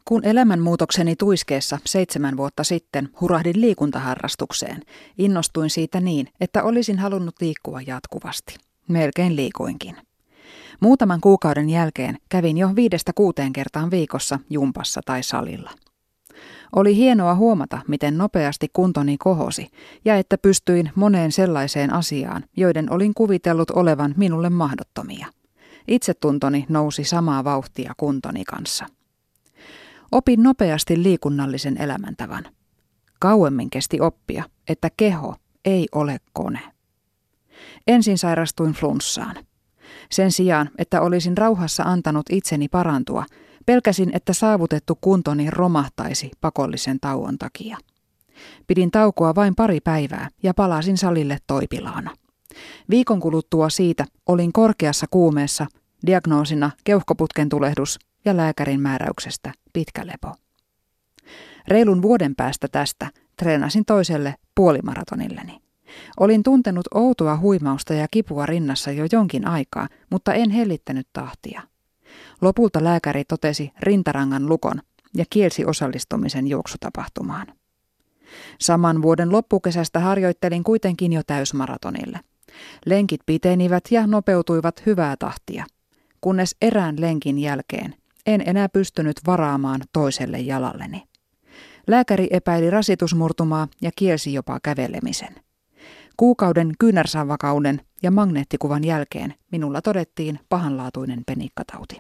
Kun elämänmuutokseni tuiskeessa 7 vuotta sitten hurahdin liikuntaharrastukseen, innostuin siitä niin, että olisin halunnut liikkua jatkuvasti. Melkein liikuinkin. Muutaman kuukauden jälkeen kävin jo 5-6 kertaan viikossa jumpassa tai salilla. Oli hienoa huomata, miten nopeasti kuntoni kohosi ja että pystyin moneen sellaiseen asiaan, joiden olin kuvitellut olevan minulle mahdottomia. Itsetuntoni nousi samaa vauhtia kuntoni kanssa. Opin nopeasti liikunnallisen elämäntavan. Kauemmin kesti oppia, että keho ei ole kone. Ensin sairastuin flunssaan. Sen sijaan, että olisin rauhassa antanut itseni parantua, pelkäsin, että saavutettu kuntoni romahtaisi pakollisen tauon takia. Pidin taukoa vain 2 päivää ja palasin salille toipilaana. Viikon kuluttua siitä olin korkeassa kuumeessa, diagnoosina keuhkoputken tulehdus ja lääkärin määräyksestä pitkä lepo. Reilun vuoden päästä tästä treenasin toiselle puolimaratonilleni. Olin tuntenut outoa huimausta ja kipua rinnassa jo jonkin aikaa, mutta en hellittänyt tahtia. Lopulta lääkäri totesi rintarangan lukon ja kielsi osallistumisen juoksutapahtumaan. Saman vuoden loppukesästä harjoittelin kuitenkin jo täysmaratonille. Lenkit pitenivät ja nopeutuivat hyvää tahtia, kunnes erään lenkin jälkeen en enää pystynyt varaamaan toiselle jalalleni. Lääkäri epäili rasitusmurtumaa ja kielsi jopa kävelemisen. Kuukauden kyynärsavakauden ja magneettikuvan jälkeen minulla todettiin pahanlaatuinen penikkatauti.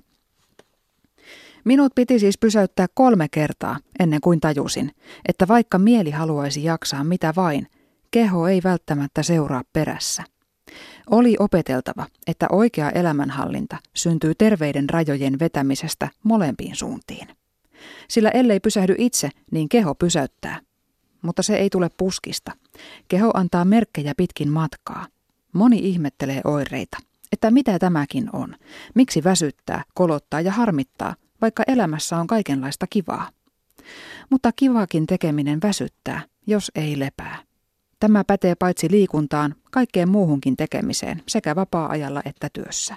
Minut piti siis pysäyttää 3 kertaa ennen kuin tajusin, että vaikka mieli haluaisi jaksaa mitä vain, keho ei välttämättä seuraa perässä. Oli opeteltava, että oikea elämänhallinta syntyy terveiden rajojen vetämisestä molempiin suuntiin. Sillä ellei pysähdy itse, niin keho pysäyttää. Mutta se ei tule puskista. Keho antaa merkkejä pitkin matkaa. Moni ihmettelee oireita, että mitä tämäkin on. Miksi väsyttää, kolottaa ja harmittaa, vaikka elämässä on kaikenlaista kivaa. Mutta kivaakin tekeminen väsyttää, jos ei lepää. Tämä pätee paitsi liikuntaan, kaikkeen muuhunkin tekemiseen, sekä vapaa-ajalla että työssä.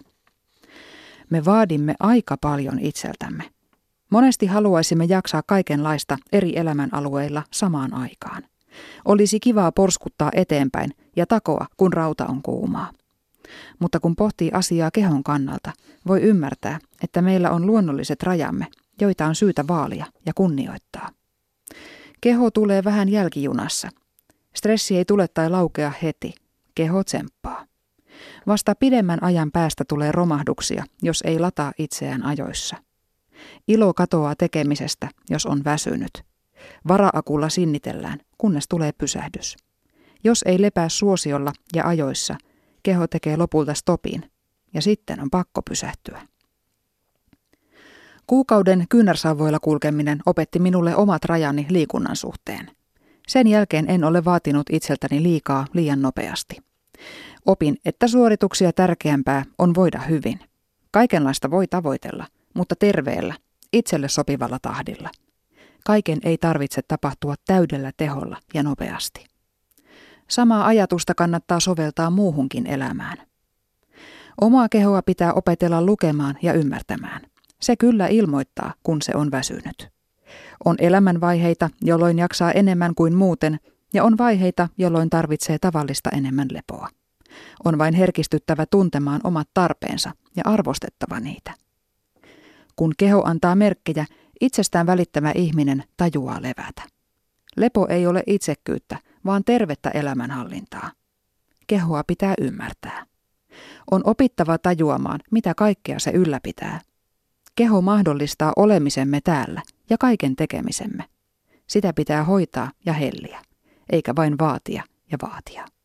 Me vaadimme aika paljon itseltämme. Monesti haluaisimme jaksaa kaikenlaista eri elämänalueilla samaan aikaan. Olisi kivaa porskuttaa eteenpäin ja takoa, kun rauta on kuumaa. Mutta kun pohtii asiaa kehon kannalta, voi ymmärtää, että meillä on luonnolliset rajamme, joita on syytä vaalia ja kunnioittaa. Keho tulee vähän jälkijunassa. Stressi ei tule tai laukea heti. Keho tsemppaa. Vasta pidemmän ajan päästä tulee romahduksia, jos ei lataa itseään ajoissa. Ilo katoaa tekemisestä, jos on väsynyt. Vara-akulla sinnitellään, kunnes tulee pysähdys. Jos ei lepää suosiolla ja ajoissa, keho tekee lopulta stopin, ja sitten on pakko pysähtyä. Kuukauden kyynärsauvoilla kulkeminen opetti minulle omat rajani liikunnan suhteen. Sen jälkeen en ole vaatinut itseltäni liikaa liian nopeasti. Opin, että suorituksia tärkeämpää on voida hyvin. Kaikenlaista voi tavoitella, mutta terveellä, itselle sopivalla tahdilla. Kaiken ei tarvitse tapahtua täydellä teholla ja nopeasti. Samaa ajatusta kannattaa soveltaa muuhunkin elämään. Omaa kehoa pitää opetella lukemaan ja ymmärtämään. Se kyllä ilmoittaa, kun se on väsynyt. On elämänvaiheita, jolloin jaksaa enemmän kuin muuten, ja on vaiheita, jolloin tarvitsee tavallista enemmän lepoa. On vain herkistyttävä tuntemaan omat tarpeensa ja arvostettava niitä. Kun keho antaa merkkejä, itsestään välittävä ihminen tajuaa levätä. Lepo ei ole itsekkyyttä, vaan tervettä elämänhallintaa. Kehoa pitää ymmärtää. On opittava tajuamaan, mitä kaikkea se ylläpitää. Keho mahdollistaa olemisemme täällä ja kaiken tekemisemme. Sitä pitää hoitaa ja helliä, eikä vain vaatia ja vaatia.